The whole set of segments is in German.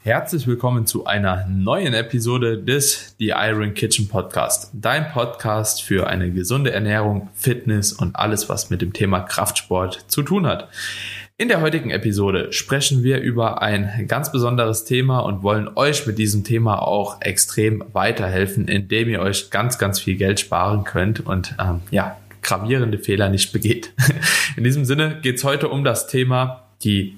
Herzlich willkommen zu einer neuen Episode des The Iron Kitchen Podcast. Dein Podcast für eine gesunde Ernährung, Fitness und alles, was mit dem Thema Kraftsport zu tun hat. In der heutigen Episode sprechen wir über ein ganz besonderes Thema und wollen euch mit diesem Thema auch extrem weiterhelfen, indem ihr euch ganz, ganz viel Geld sparen könnt und gravierende Fehler nicht begeht. In diesem Sinne geht es heute um das Thema die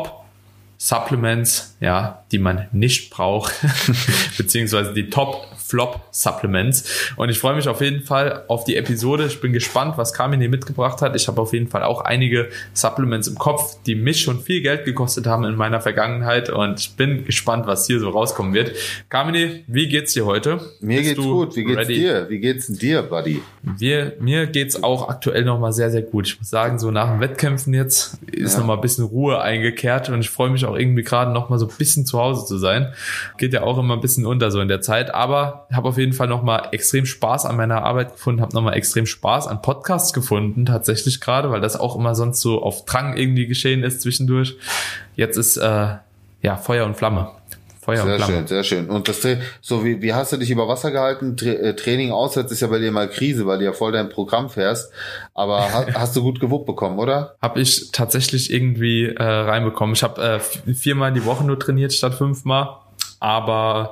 Top-Supplements, die man nicht braucht, beziehungsweise die Top-Flop-Supplements. Und ich freue mich auf jeden Fall auf die Episode. Ich bin gespannt, was Carmine mitgebracht hat. Ich habe auf jeden Fall auch einige Supplements im Kopf, die mich schon viel Geld gekostet haben in meiner Vergangenheit. Und ich bin gespannt, was hier so rauskommen wird. Carmine, wie geht's dir heute? Mir geht's gut. Wie geht's dir? Wie geht's dir, Buddy? Mir geht's auch aktuell nochmal sehr, sehr gut. Ich muss sagen, so nach den Wettkämpfen jetzt ist nochmal ein bisschen Ruhe eingekehrt und ich freue mich auch irgendwie gerade nochmal so ein bisschen zu Hause zu sein. Geht ja auch immer ein bisschen unter so in der Zeit, aber habe auf jeden Fall nochmal extrem Spaß an meiner Arbeit gefunden, habe nochmal extrem Spaß an Podcasts gefunden, tatsächlich gerade, weil das auch immer sonst so auf Drang irgendwie geschehen ist zwischendurch. Jetzt ist Feuer und Flamme. Sehr schön. Und das, so wie hast du dich über Wasser gehalten? Training auswärts ist ja bei dir mal Krise, weil du ja voll dein Programm fährst. Aber hast du gut gewuppt bekommen, oder? Habe ich tatsächlich irgendwie reinbekommen. Ich habe 4-mal die Woche nur trainiert statt 5-mal. Aber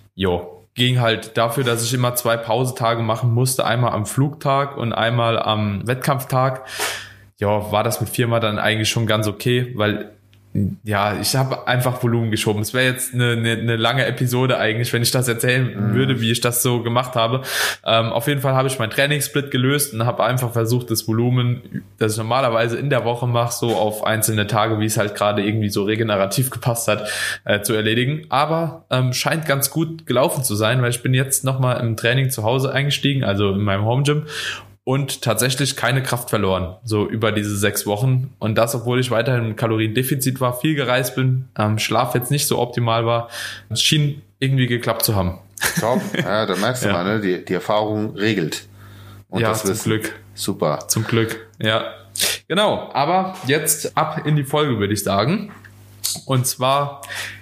ging halt dafür, dass ich immer 2 Pausetage machen musste. Einmal am Flugtag und einmal am Wettkampftag. War das mit 4-mal dann eigentlich schon ganz okay, weil ich habe einfach Volumen geschoben. Es wäre jetzt eine lange Episode eigentlich, wenn ich das erzählen würde, wie ich das so gemacht habe. Auf jeden Fall habe ich meinen Trainingssplit gelöst und habe einfach versucht, das Volumen, das ich normalerweise in der Woche mache, so auf einzelne Tage, wie es halt gerade irgendwie so regenerativ gepasst hat, zu erledigen. Aber scheint ganz gut gelaufen zu sein, weil ich bin jetzt nochmal im Training zu Hause eingestiegen, also in meinem Home Gym. Und tatsächlich keine Kraft verloren, so über diese 6 Wochen. Und das, obwohl ich weiterhin im Kaloriendefizit war, viel gereist bin, Schlaf jetzt nicht so optimal war. Es schien irgendwie geklappt zu haben. Top, ja, da merkst du mal, ne? Die Erfahrung regelt. Und ja, das zum Wissen. Glück. Super. Zum Glück, ja. Genau, aber jetzt ab in die Folge, würde ich sagen. Und zwar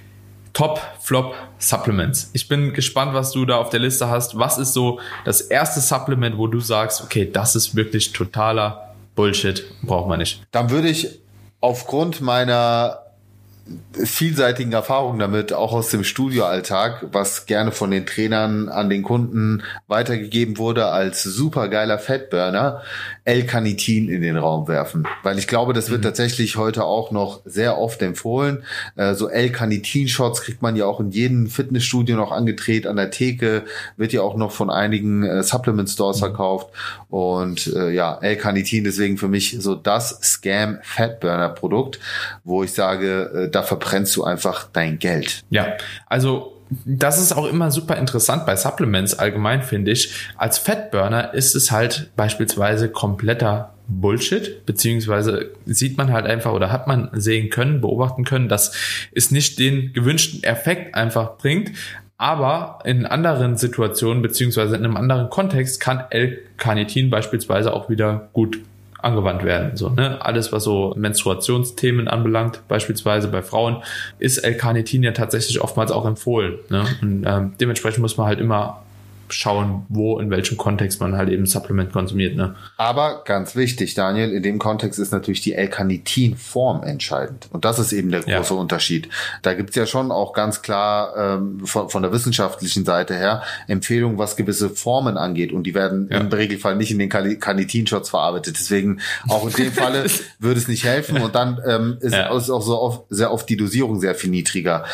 Top-Flop-Supplements. Ich bin gespannt, was du da auf der Liste hast. Was ist so das erste Supplement, wo du sagst, okay, das ist wirklich totaler Bullshit, braucht man nicht? Dann würde ich aufgrund meiner vielseitigen Erfahrung damit, auch aus dem Studioalltag, was gerne von den Trainern an den Kunden weitergegeben wurde als supergeiler Fettburner, L-Carnitin in den Raum werfen. Weil ich glaube, das wird tatsächlich heute auch noch sehr oft empfohlen. So L-Carnitin-Shots kriegt man ja auch in jedem Fitnessstudio noch angedreht. An der Theke wird ja auch noch von einigen Supplement-Stores verkauft. Und L-Carnitin deswegen für mich so das Scam-Fettburner-Produkt, wo ich sage, da verbrennst du einfach dein Geld. Ja, also das ist auch immer super interessant bei Supplements allgemein, finde ich. Als Fettburner ist es halt beispielsweise kompletter Bullshit, beziehungsweise sieht man halt einfach oder hat man sehen können, beobachten können, dass es nicht den gewünschten Effekt einfach bringt. Aber in anderen Situationen beziehungsweise in einem anderen Kontext kann L-Carnitin beispielsweise auch wieder gut angewandt werden. So, ne? Alles, was so Menstruationsthemen anbelangt, beispielsweise bei Frauen, ist L-Carnitin ja tatsächlich oftmals auch empfohlen. Ne? Und dementsprechend muss man halt immer schauen, wo, in welchem Kontext man halt eben Supplement konsumiert. Ne? Aber ganz wichtig, Daniel, in dem Kontext ist natürlich die L-Carnitin-Form entscheidend. Und das ist eben der große Unterschied. Da gibt's ja schon auch ganz klar von der wissenschaftlichen Seite her Empfehlungen, was gewisse Formen angeht. Und die werden im Regelfall nicht in den Carnitin-Shots verarbeitet. Deswegen auch in dem Falle würde es nicht helfen. Und dann ist auch so sehr oft die Dosierung sehr viel niedriger.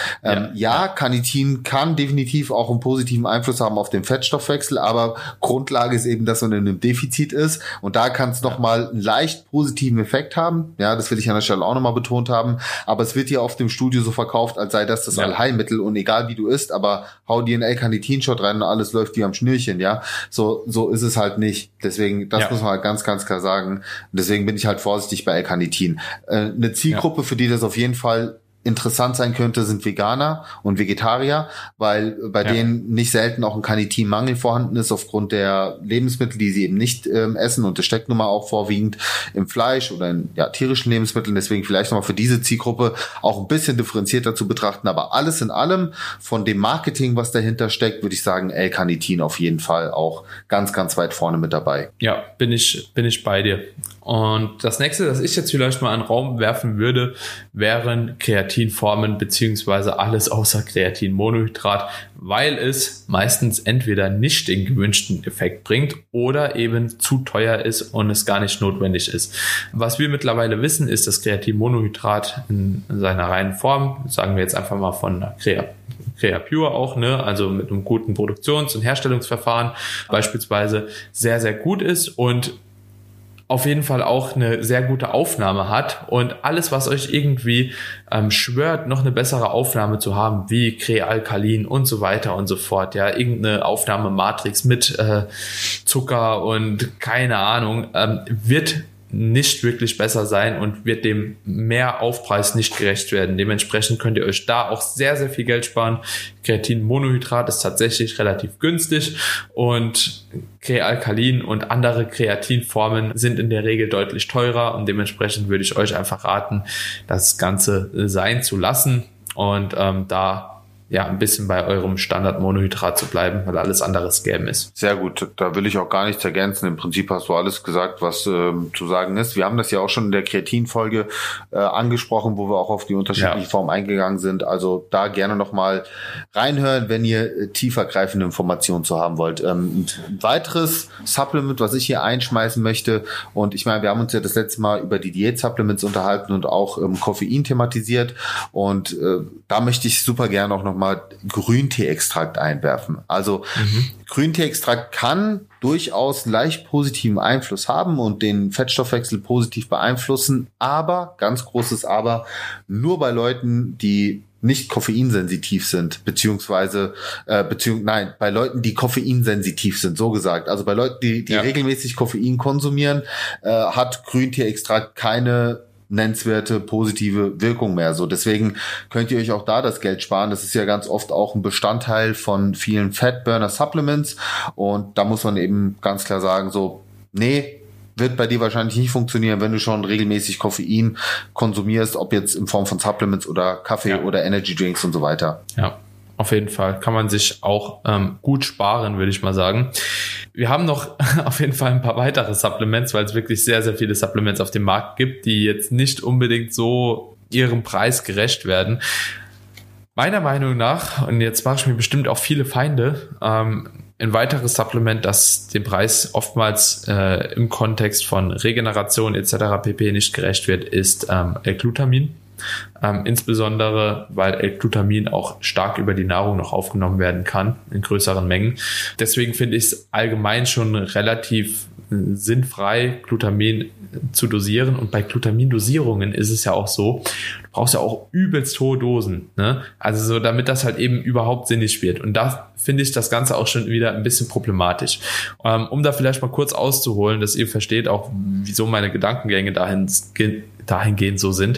Carnitin kann definitiv auch einen positiven Einfluss haben auf den Fettstoffwechsel, aber Grundlage ist eben, dass man in einem Defizit ist und da kann es nochmal einen leicht positiven Effekt haben. Ja, das will ich an der Stelle auch nochmal betont haben, aber es wird ja oft im Studio so verkauft, als sei das Allheilmittel und egal wie du isst, aber hau dir einen L-Carnitin-Shot rein und alles läuft wie am Schnürchen, ja. So ist es halt nicht. Deswegen, das muss man halt ganz, ganz klar sagen. Deswegen bin ich halt vorsichtig bei L-Carnitin. Eine Zielgruppe, für die das auf jeden Fall interessant sein könnte, sind Veganer und Vegetarier, weil bei denen nicht selten auch ein Carnitinmangel vorhanden ist aufgrund der Lebensmittel, die sie eben nicht essen, und das steckt nun mal auch vorwiegend im Fleisch oder in tierischen Lebensmitteln. Deswegen vielleicht nochmal für diese Zielgruppe auch ein bisschen differenzierter zu betrachten. Aber alles in allem von dem Marketing, was dahinter steckt, würde ich sagen, L-Carnitin auf jeden Fall auch ganz, ganz weit vorne mit dabei. Ja, bin ich bei dir. Und das nächste, das ich jetzt vielleicht mal in den Raum werfen würde, wären Kreatinformen beziehungsweise alles außer Kreatinmonohydrat, weil es meistens entweder nicht den gewünschten Effekt bringt oder eben zu teuer ist und es gar nicht notwendig ist. Was wir mittlerweile wissen, ist, dass Kreatinmonohydrat in seiner reinen Form, sagen wir jetzt einfach mal von Creapure auch, ne, also mit einem guten Produktions- und Herstellungsverfahren beispielsweise sehr, sehr gut ist und auf jeden Fall auch eine sehr gute Aufnahme hat, und alles, was euch irgendwie schwört, noch eine bessere Aufnahme zu haben, wie Crealkalin und so weiter und so fort, ja, irgendeine Aufnahmematrix mit Zucker und keine Ahnung, wird nicht wirklich besser sein und wird dem Mehraufpreis nicht gerecht werden. Dementsprechend könnt ihr euch da auch sehr, sehr viel Geld sparen. Kreatinmonohydrat ist tatsächlich relativ günstig und Crealkalin und andere Kreatinformen sind in der Regel deutlich teurer, und dementsprechend würde ich euch einfach raten, das Ganze sein zu lassen und da ein bisschen bei eurem Standard-Monohydrat zu bleiben, weil alles andere Scam ist. Sehr gut, da will ich auch gar nichts ergänzen. Im Prinzip hast du alles gesagt, was zu sagen ist. Wir haben das ja auch schon in der Kreatin-Folge angesprochen, wo wir auch auf die unterschiedlichen Formen eingegangen sind. Also da gerne nochmal reinhören, wenn ihr tiefergreifende Informationen zu haben wollt. Ein weiteres Supplement, was ich hier einschmeißen möchte, und ich meine, wir haben uns ja das letzte Mal über die Diät-Supplements unterhalten und auch Koffein thematisiert, und da möchte ich super gerne auch nochmal Grüntee-Extrakt einwerfen. Also Grüntee-Extrakt kann durchaus leicht positiven Einfluss haben und den Fettstoffwechsel positiv beeinflussen, aber, ganz großes Aber, nur bei Leuten, die nicht koffeinsensitiv sind, beziehungsweise bei Leuten, die koffeinsensitiv sind, so gesagt. Also bei Leuten, die regelmäßig Koffein konsumieren, hat Grüntee-Extrakt keine nennenswerte positive Wirkung mehr. So, deswegen könnt ihr euch auch da das Geld sparen. Das ist ja ganz oft auch ein Bestandteil von vielen Fatburner Supplements, und da muss man eben ganz klar sagen, so, nee, wird bei dir wahrscheinlich nicht funktionieren, wenn du schon regelmäßig Koffein konsumierst, ob jetzt in Form von Supplements oder Kaffee oder Energy Drinks und so weiter. Ja, auf jeden Fall. Kann man sich auch gut sparen, würde ich mal sagen. Wir haben noch auf jeden Fall ein paar weitere Supplements, weil es wirklich sehr, sehr viele Supplements auf dem Markt gibt, die jetzt nicht unbedingt so ihrem Preis gerecht werden. Meiner Meinung nach, und jetzt mache ich mir bestimmt auch viele Feinde, ein weiteres Supplement, das dem Preis oftmals im Kontext von Regeneration etc. pp. Nicht gerecht wird, ist L-Glutamin. Insbesondere, weil L-Glutamin auch stark über die Nahrung noch aufgenommen werden kann, in größeren Mengen. Deswegen finde ich es allgemein schon relativ sinnfrei, Glutamin zu dosieren. Und bei Glutamindosierungen ist es ja auch so, du brauchst ja auch übelst hohe Dosen, ne? Also so, damit das halt eben überhaupt sinnig wird. Und da finde ich das Ganze auch schon wieder ein bisschen problematisch. Um da vielleicht mal kurz auszuholen, dass ihr versteht auch, wieso meine Gedankengänge dahingehend so sind.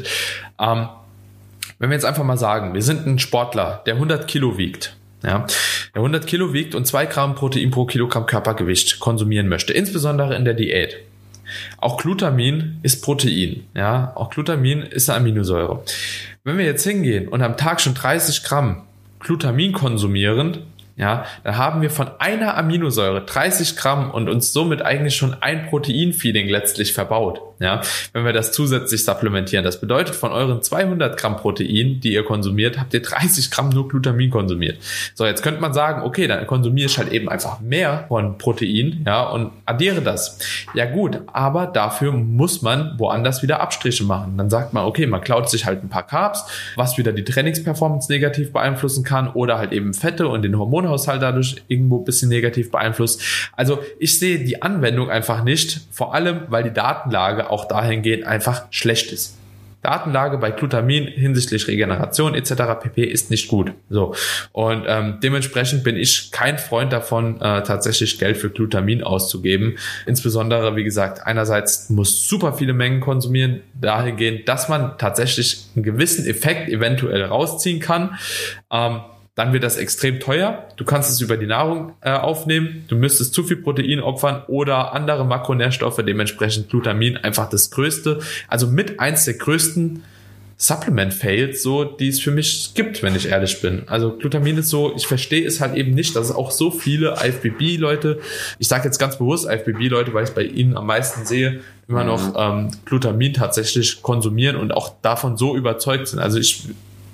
Wenn wir jetzt einfach mal sagen, wir sind ein Sportler, der 100 Kilo wiegt, ja, der 100 Kilo wiegt und 2 Gramm Protein pro Kilogramm Körpergewicht konsumieren möchte, insbesondere in der Diät. Auch Glutamin ist Protein, ja, auch Glutamin ist eine Aminosäure. Wenn wir jetzt hingehen und am Tag schon 30 Gramm Glutamin konsumieren, ja, dann haben wir von einer Aminosäure 30 Gramm und uns somit eigentlich schon ein Proteinfeeding letztlich verbaut. Ja, wenn wir das zusätzlich supplementieren. Das bedeutet, von euren 200 Gramm Protein, die ihr konsumiert, habt ihr 30 Gramm nur Glutamin konsumiert. So, jetzt könnte man sagen, okay, dann konsumiere ich halt eben einfach mehr von Protein, ja, und addiere das. Ja gut, aber dafür muss man woanders wieder Abstriche machen. Dann sagt man, okay, man klaut sich halt ein paar Carbs, was wieder die Trainingsperformance negativ beeinflussen kann, oder halt eben Fette und den Hormonhaushalt dadurch irgendwo ein bisschen negativ beeinflusst. Also ich sehe die Anwendung einfach nicht, vor allem, weil die Datenlage auch dahingehend einfach schlecht ist. Datenlage bei Glutamin hinsichtlich Regeneration etc. pp. Ist nicht gut. So. Und dementsprechend bin ich kein Freund davon, tatsächlich Geld für Glutamin auszugeben. Insbesondere, wie gesagt, einerseits muss super viele Mengen konsumieren, dahingehend, dass man tatsächlich einen gewissen Effekt eventuell rausziehen kann. Dann wird das extrem teuer. Du kannst es über die Nahrung aufnehmen. Du müsstest zu viel Protein opfern oder andere Makronährstoffe, dementsprechend Glutamin einfach das größte, also mit eins der größten Supplement-Fails, so, die es für mich gibt, wenn ich ehrlich bin. Also Glutamin ist so, ich verstehe es halt eben nicht, dass es auch so viele IFBB-Leute, ich sage jetzt ganz bewusst IFBB-Leute, weil ich es bei ihnen am meisten sehe, immer noch Glutamin tatsächlich konsumieren und auch davon so überzeugt sind. Also ich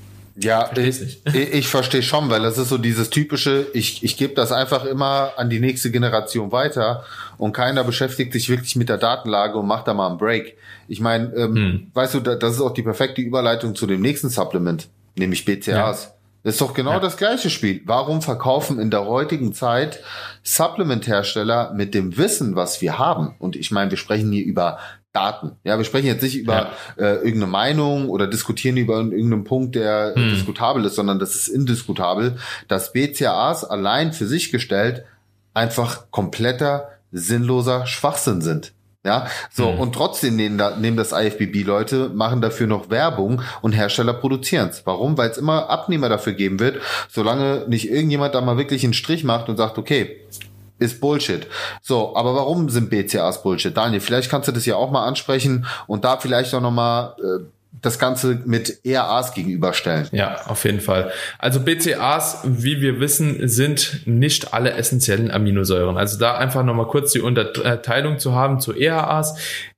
verstehe schon, weil das ist so dieses typische, ich gebe das einfach immer an die nächste Generation weiter und keiner beschäftigt sich wirklich mit der Datenlage und macht da mal einen Break. Ich meine, weißt du, das ist auch die perfekte Überleitung zu dem nächsten Supplement, nämlich BCAAs. Ja. Das ist doch genau das gleiche Spiel. Warum verkaufen in der heutigen Zeit Supplement-Hersteller mit dem Wissen, was wir haben? Und ich meine, wir sprechen hier über Daten. Ja, wir sprechen jetzt nicht über irgendeine Meinung oder diskutieren über irgendeinen Punkt, der diskutabel ist, sondern das ist indiskutabel, dass BCAAs allein für sich gestellt einfach kompletter, sinnloser Schwachsinn sind. Ja, so, und trotzdem nehmen das IFBB-Leute, machen dafür noch Werbung und Hersteller produzieren es. Warum? Weil es immer Abnehmer dafür geben wird, solange nicht irgendjemand da mal wirklich einen Strich macht und sagt, okay, ist Bullshit. So, aber warum sind BCAAs Bullshit? Daniel, vielleicht kannst du das ja auch mal ansprechen und da vielleicht auch nochmal das Ganze mit ERAs gegenüberstellen. Ja, auf jeden Fall. Also BCAAs, wie wir wissen, sind nicht alle essentiellen Aminosäuren. Also da einfach nochmal kurz die Unterteilung zu haben zu ERAs.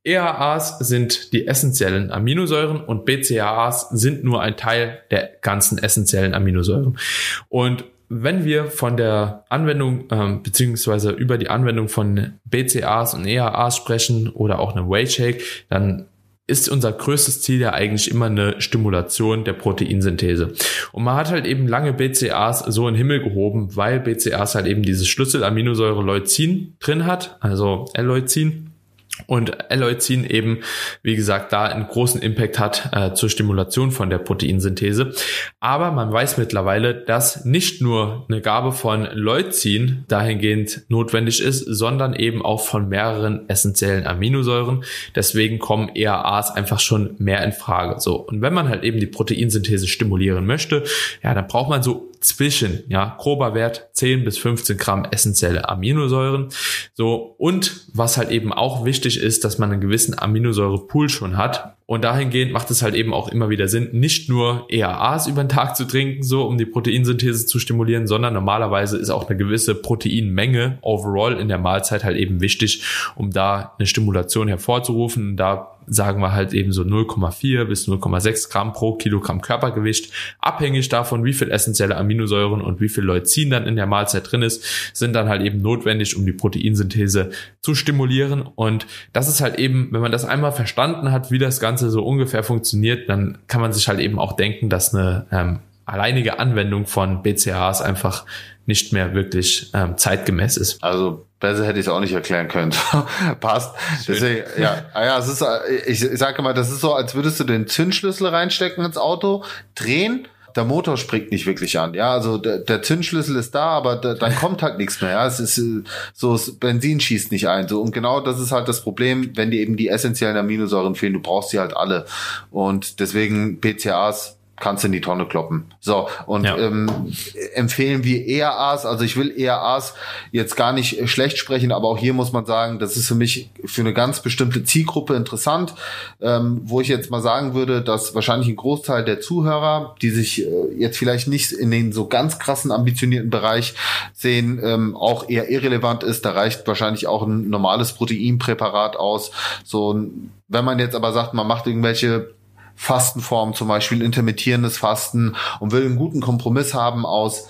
ERAs sind die essentiellen Aminosäuren und BCAAs sind nur ein Teil der ganzen essentiellen Aminosäuren. Und wenn wir von der Anwendung beziehungsweise über die Anwendung von BCAAs und ERAs sprechen oder auch einem Whey Shake, dann ist unser größtes Ziel ja eigentlich immer eine Stimulation der Proteinsynthese. Und man hat halt eben lange BCAAs so in den Himmel gehoben, weil BCAAs halt eben diese Schlüsselaminosäure Leucin drin hat, also L-Leucin. Und L-Leucin eben, wie gesagt, da einen großen Impact hat zur Stimulation von der Proteinsynthese. Aber man weiß mittlerweile, dass nicht nur eine Gabe von Leucin dahingehend notwendig ist, sondern eben auch von mehreren essentiellen Aminosäuren. Deswegen kommen ERAs einfach schon mehr in Frage. So, und wenn man halt eben die Proteinsynthese stimulieren möchte, ja, dann braucht man so zwischen, grober Wert 10 bis 15 Gramm essentielle Aminosäuren. So, und was halt eben auch wichtig ist, dass man einen gewissen Aminosäurepool schon hat. Und dahingehend macht es halt eben auch immer wieder Sinn, nicht nur ERAs über den Tag zu trinken, so um die Proteinsynthese zu stimulieren, sondern normalerweise ist auch eine gewisse Proteinmenge overall in der Mahlzeit halt eben wichtig, um da eine Stimulation hervorzurufen. Da sagen wir halt eben so 0,4 bis 0,6 Gramm pro Kilogramm Körpergewicht. Abhängig davon, wie viel essentielle Aminosäuren und wie viel Leucin dann in der Mahlzeit drin ist, sind dann halt eben notwendig, um die Proteinsynthese zu stimulieren. Und das ist halt eben, wenn man das einmal verstanden hat, wie das Ganze so ungefähr funktioniert, dann kann man sich halt eben auch denken, dass eine alleinige Anwendung von BCAAs einfach nicht mehr wirklich zeitgemäß ist. Also besser hätte ich es auch nicht erklären können. Passt. Deswegen, es ist, ich sage mal, das ist so, als würdest du den Zündschlüssel reinstecken ins Auto, drehen, der Motor springt nicht wirklich an. Ja, also der Zündschlüssel ist da, aber dann kommt halt nichts mehr. Ja, es ist so, das Benzin schießt nicht ein. So, und genau das ist halt das Problem, wenn dir eben die essentiellen Aminosäuren fehlen. Du brauchst sie halt alle. Und deswegen BCAAs kannst du in die Tonne kloppen. So, und empfehlen wir ERAs, also ich will ERAs jetzt gar nicht schlecht sprechen, aber auch hier muss man sagen, das ist für mich für eine ganz bestimmte Zielgruppe interessant, wo ich jetzt mal sagen würde, dass wahrscheinlich ein Großteil der Zuhörer, die sich jetzt vielleicht nicht in den so ganz krassen ambitionierten Bereich sehen, auch eher irrelevant ist. Da reicht wahrscheinlich auch ein normales Proteinpräparat aus. So, wenn man jetzt aber sagt, man macht irgendwelche Fastenform, zum Beispiel intermittierendes Fasten und will einen guten Kompromiss haben aus,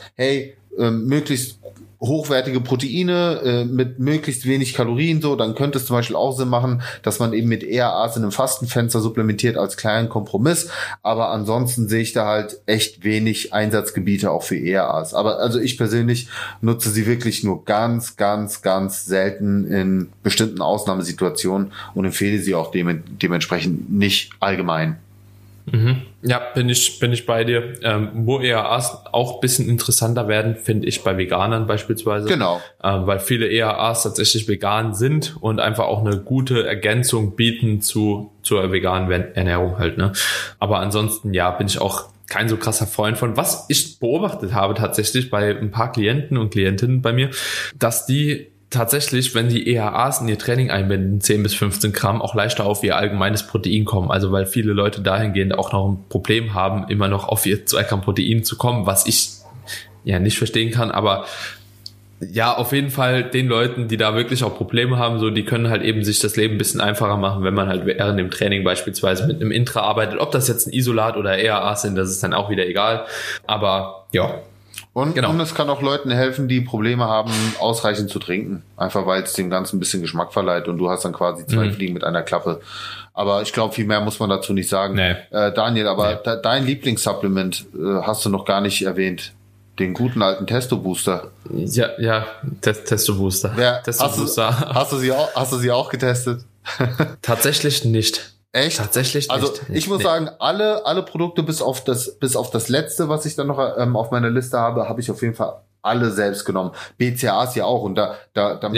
möglichst hochwertige Proteine mit möglichst wenig Kalorien, so, dann könnte es zum Beispiel auch Sinn machen, dass man eben mit ERAs in einem Fastenfenster supplementiert als kleinen Kompromiss, aber ansonsten sehe ich da halt echt wenig Einsatzgebiete auch für ERAs. Aber also ich persönlich nutze sie wirklich nur ganz, ganz, ganz selten in bestimmten Ausnahmesituationen und empfehle sie auch dementsprechend nicht allgemein. Ja, bin ich bei dir. Wo EAAs auch ein bisschen interessanter werden, finde ich bei Veganern beispielsweise. Genau. Weil viele EAAs tatsächlich vegan sind und einfach auch eine gute Ergänzung bieten zur veganen Ernährung halt, ne? Aber ansonsten, ja, bin ich auch kein so krasser Freund von. Was ich beobachtet habe tatsächlich bei ein paar Klienten und Klientinnen bei mir, dass die tatsächlich, wenn die EAAs in ihr Training einbinden, 10 bis 15 Gramm, auch leichter auf ihr allgemeines Protein kommen. Also weil viele Leute dahingehend auch noch ein Problem haben, immer noch auf ihr 2 Gramm Protein zu kommen, was ich ja nicht verstehen kann. Aber ja, auf jeden Fall den Leuten, die da wirklich auch Probleme haben, so, die können halt eben sich das Leben ein bisschen einfacher machen, wenn man halt während dem Training beispielsweise mit einem Intra arbeitet. Ob das jetzt ein Isolat oder EAAs sind, das ist dann auch wieder egal. Aber ja. Und es kann auch Leuten helfen, die Probleme haben, ausreichend zu trinken. Einfach weil es dem Ganzen ein bisschen Geschmack verleiht und du hast dann quasi 2 Fliegen mit einer Klappe. Aber ich glaube, viel mehr muss man dazu nicht sagen. Nee. Daniel, aber dein Lieblingssupplement hast du noch gar nicht erwähnt. Den guten alten Testo-Booster. Ja, Testo-Booster. Hast du sie auch getestet? Tatsächlich nicht. Echt? Tatsächlich nicht. Also ich muss sagen, alle Produkte bis auf das letzte, was ich dann noch auf meiner Liste habe ich auf jeden Fall alle selbst genommen. BCAAs ja auch und da dürfen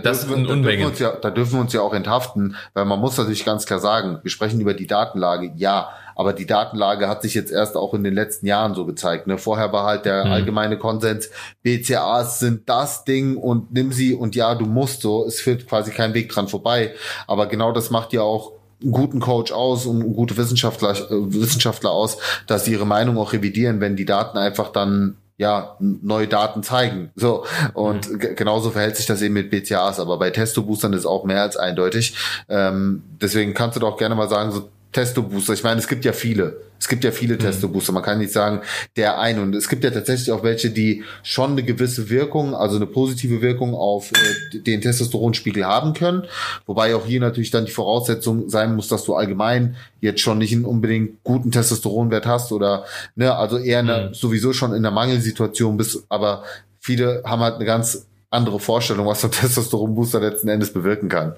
wir uns ja auch enthaften, weil man muss natürlich ganz klar sagen, wir sprechen über die Datenlage, ja, aber die Datenlage hat sich jetzt erst auch in den letzten Jahren so gezeigt. Ne? Vorher war halt der allgemeine Konsens, BCAAs sind das Ding und nimm sie und ja, du musst so, es führt quasi kein Weg dran vorbei. Aber genau das macht ja auch einen guten Coach aus und gute Wissenschaftler aus, dass sie ihre Meinung auch revidieren, wenn die Daten einfach dann neue Daten zeigen. So. Und genauso verhält sich das eben mit BCAAs. Aber bei Testo-Boostern ist auch mehr als eindeutig. Deswegen kannst du doch gerne mal sagen, so Testo-Booster. Ich meine, es gibt ja viele Testo-Booster. Man kann nicht sagen, der eine. Und es gibt ja tatsächlich auch welche, die schon eine gewisse Wirkung, also eine positive Wirkung auf den Testosteronspiegel haben können. Wobei auch hier natürlich dann die Voraussetzung sein muss, dass du allgemein jetzt schon nicht einen unbedingt guten Testosteronwert hast oder, ne, also eher sowieso schon in einer Mangelsituation bist. Aber viele haben halt eine ganz andere Vorstellung, was der Testosteronbooster letzten Endes bewirken kann.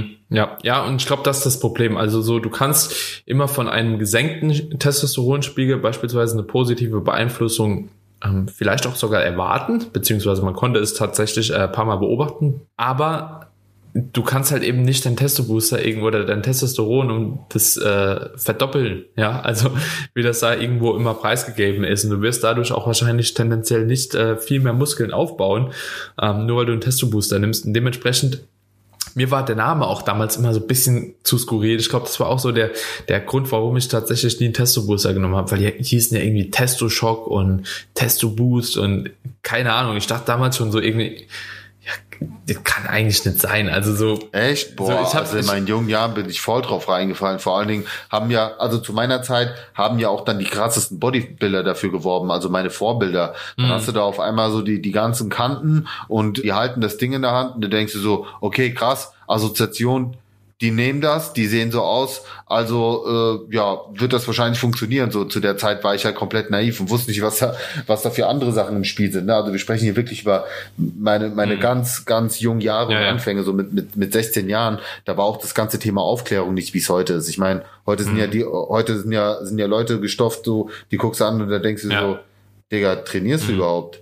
Ja, und ich glaube, das ist das Problem. Also so, du kannst immer von einem gesenkten Testosteronspiegel beispielsweise eine positive Beeinflussung vielleicht auch sogar erwarten, beziehungsweise man konnte es tatsächlich ein paar Mal beobachten, aber du kannst halt eben nicht dein Testo-Booster irgendwo oder dein Testosteron um das verdoppeln, ja, also wie das da irgendwo immer preisgegeben ist und du wirst dadurch auch wahrscheinlich tendenziell nicht viel mehr Muskeln aufbauen, nur weil du einen Testo-Booster nimmst und dementsprechend mir war der Name auch damals immer so ein bisschen zu skurril. Ich glaube, das war auch so der Grund, warum ich tatsächlich nie einen Testo-Booster genommen habe, weil die hießen ja irgendwie Testo-Shock und Testo-Boost und keine Ahnung. Ich dachte damals schon so irgendwie, ja, das kann eigentlich nicht sein. Also so. Echt? Boah, so, in meinen jungen Jahren bin ich voll drauf reingefallen. Vor allen Dingen also zu meiner Zeit haben ja auch dann die krassesten Bodybuilder dafür geworben, also meine Vorbilder. Dann hast du da auf einmal so die ganzen Kanten und die halten das Ding in der Hand und du denkst dir so, okay, krass, Assoziation, die nehmen das, die sehen so aus, also wird das wahrscheinlich funktionieren. So zu der Zeit war ich halt komplett naiv und wusste nicht, was da für andere Sachen im Spiel sind. Ne? Also wir sprechen hier wirklich über meine ganz, ganz jungen Jahre und Anfänge, so mit 16 Jahren. Da war auch das ganze Thema Aufklärung nicht, wie es heute ist. Ich meine, heute sind sind ja Leute gestofft, so, die guckst du an und da denkst du so, Digga, trainierst du überhaupt?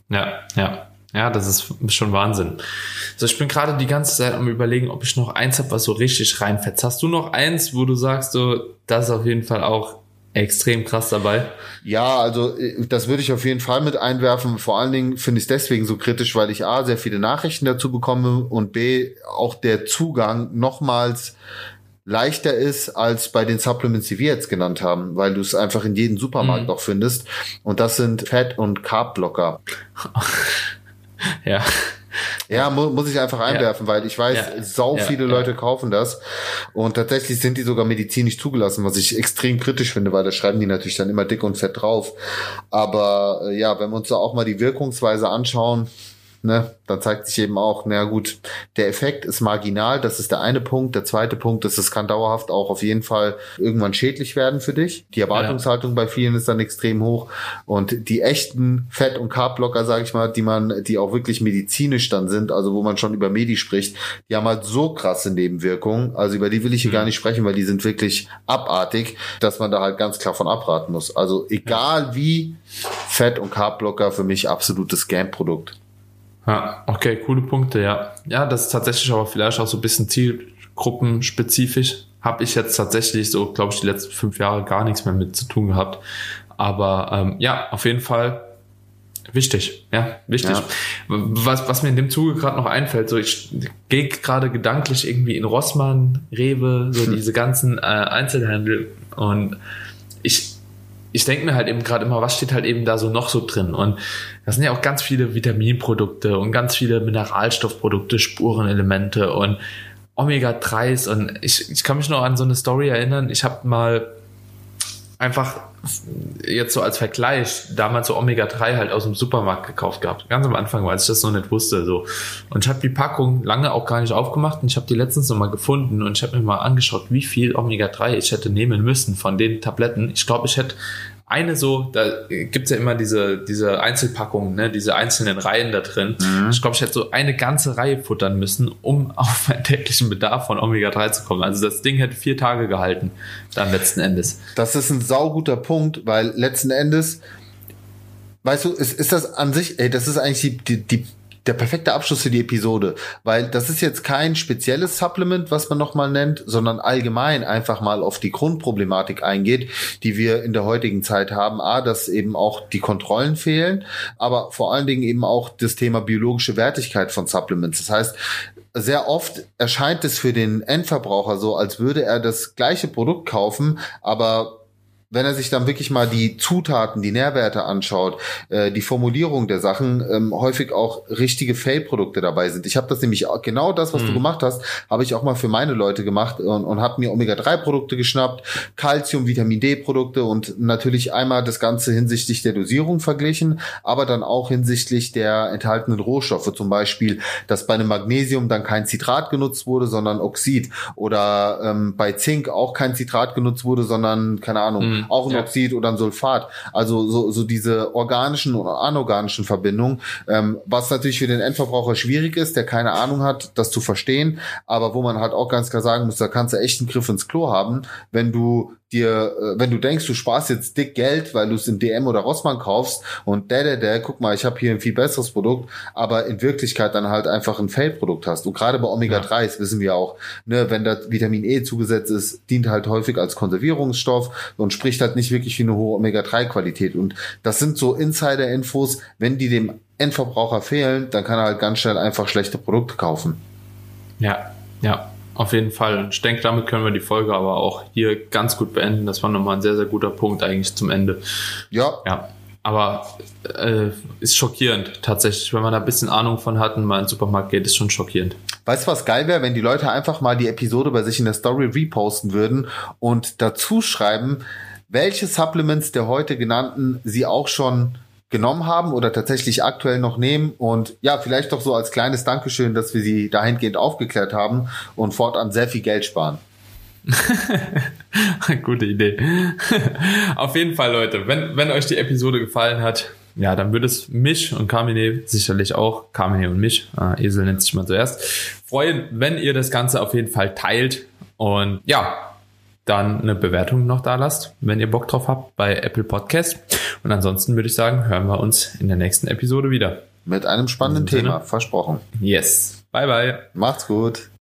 Ja, das ist schon Wahnsinn. Also ich bin gerade die ganze Zeit am Überlegen, ob ich noch eins habe, was so richtig reinfetzt. Hast du noch eins, wo du sagst, so, das ist auf jeden Fall auch extrem krass dabei? Ja, also das würde ich auf jeden Fall mit einwerfen. Vor allen Dingen finde ich es deswegen so kritisch, weil ich A, sehr viele Nachrichten dazu bekomme und B, auch der Zugang nochmals leichter ist als bei den Supplements, die wir jetzt genannt haben, weil du es einfach in jedem Supermarkt auch findest. Und das sind Fett- und Carb-Blocker. Ja, muss ich einfach einwerfen, weil ich weiß, viele Leute kaufen das und tatsächlich sind die sogar medizinisch zugelassen, was ich extrem kritisch finde, weil da schreiben die natürlich dann immer dick und fett drauf. Aber wenn wir uns da auch mal die Wirkungsweise anschauen, dann zeigt sich eben auch, na gut, der Effekt ist marginal, das ist der eine Punkt. Der zweite Punkt ist, es kann dauerhaft auch auf jeden Fall irgendwann schädlich werden für dich. Die Erwartungshaltung bei vielen ist dann extrem hoch und die echten Fett- und Carbblocker, sage ich mal, die auch wirklich medizinisch dann sind, also wo man schon über Medi spricht, die haben halt so krasse Nebenwirkungen, also über die will ich hier gar nicht sprechen, weil die sind wirklich abartig, dass man da halt ganz klar von abraten muss. Also egal wie, Fett- und Carbblocker für mich absolutes Scam-Produkt. Ja, okay, coole Punkte, ja. Ja, das ist tatsächlich aber vielleicht auch so ein bisschen zielgruppenspezifisch. Habe ich jetzt tatsächlich so, glaube ich, die letzten 5 Jahre gar nichts mehr mit zu tun gehabt. Aber ja, auf jeden Fall wichtig. Ja. Was mir in dem Zuge gerade noch einfällt, so ich gehe gerade gedanklich irgendwie in Rossmann, Rewe, so diese ganzen Einzelhandel und ich denke mir halt eben gerade immer, was steht halt eben da so noch so drin? Und das sind ja auch ganz viele Vitaminprodukte und ganz viele Mineralstoffprodukte, Spurenelemente und Omega-3s. Und ich kann mich noch an so eine Story erinnern. Ich habe mal einfach jetzt so als Vergleich damals so Omega-3 halt aus dem Supermarkt gekauft gehabt. Ganz am Anfang, weil ich das noch nicht wusste. So. Und ich habe die Packung lange auch gar nicht aufgemacht und ich habe die letztens noch mal gefunden und ich habe mir mal angeschaut, wie viel Omega-3 ich hätte nehmen müssen von den Tabletten. Ich glaube, ich hätte eine so, da gibt's ja immer diese Einzelpackungen, ne, diese einzelnen Reihen da drin. Ich glaube, ich hätte so eine ganze Reihe futtern müssen, um auf meinen täglichen Bedarf von Omega-3 zu kommen. Also das Ding hätte 4 Tage gehalten, dann letzten Endes. Das ist ein sauguter Punkt, weil letzten Endes, weißt du, ist das an sich, das ist eigentlich der perfekte Abschluss für die Episode, weil das ist jetzt kein spezielles Supplement, was man nochmal nennt, sondern allgemein einfach mal auf die Grundproblematik eingeht, die wir in der heutigen Zeit haben. Dass eben auch die Kontrollen fehlen, aber vor allen Dingen eben auch das Thema biologische Wertigkeit von Supplements. Das heißt, sehr oft erscheint es für den Endverbraucher so, als würde er das gleiche Produkt kaufen, aber wenn er sich dann wirklich mal die Zutaten, die Nährwerte anschaut, die Formulierung der Sachen, häufig auch richtige Fail-Produkte dabei sind. Ich habe das nämlich genau das, was du gemacht hast, habe ich auch mal für meine Leute gemacht und habe mir Omega-3-Produkte geschnappt, Calcium, Vitamin D-Produkte und natürlich einmal das Ganze hinsichtlich der Dosierung verglichen, aber dann auch hinsichtlich der enthaltenen Rohstoffe, zum Beispiel, dass bei einem Magnesium dann kein Citrat genutzt wurde, sondern Oxid oder bei Zink auch kein Citrat genutzt wurde, sondern, keine Ahnung, auch ein Oxid oder ein Sulfat. Also so diese organischen oder anorganischen Verbindungen, was natürlich für den Endverbraucher schwierig ist, der keine Ahnung hat, das zu verstehen, aber wo man halt auch ganz klar sagen muss, da kannst du echt einen Griff ins Klo haben, wenn du denkst, du sparst jetzt dick Geld, weil du es im DM oder Rossmann kaufst und guck mal, ich habe hier ein viel besseres Produkt, aber in Wirklichkeit dann halt einfach ein Fail-Produkt hast. Und gerade bei Omega-3s wissen wir auch, ne, wenn da Vitamin E zugesetzt ist, dient halt häufig als Konservierungsstoff und spricht halt nicht wirklich für eine hohe Omega-3-Qualität. Und das sind so Insider-Infos, wenn die dem Endverbraucher fehlen, dann kann er halt ganz schnell einfach schlechte Produkte kaufen. Ja. Auf jeden Fall. Und ich denke, damit können wir die Folge aber auch hier ganz gut beenden. Das war nochmal ein sehr, sehr guter Punkt eigentlich zum Ende. Ja. Aber ist schockierend tatsächlich. Wenn man da ein bisschen Ahnung von hat und mal in den Supermarkt geht, ist schon schockierend. Weißt du, was geil wäre, wenn die Leute einfach mal die Episode bei sich in der Story reposten würden und dazu schreiben, welche Supplements der heute genannten sie auch schon genommen haben oder tatsächlich aktuell noch nehmen und ja, vielleicht doch so als kleines Dankeschön, dass wir sie dahingehend aufgeklärt haben und fortan sehr viel Geld sparen. Gute Idee. Auf jeden Fall, Leute, wenn euch die Episode gefallen hat, ja, dann würde es mich und Carmine sicherlich auch, Carmine und mich, Esel nennt sich mal zuerst, freuen, wenn ihr das Ganze auf jeden Fall teilt und ja, dann eine Bewertung noch da lasst, wenn ihr Bock drauf habt bei Apple Podcast. Und ansonsten würde ich sagen, hören wir uns in der nächsten Episode wieder. Mit einem spannenden Thema, versprochen. Yes. Bye, bye. Macht's gut.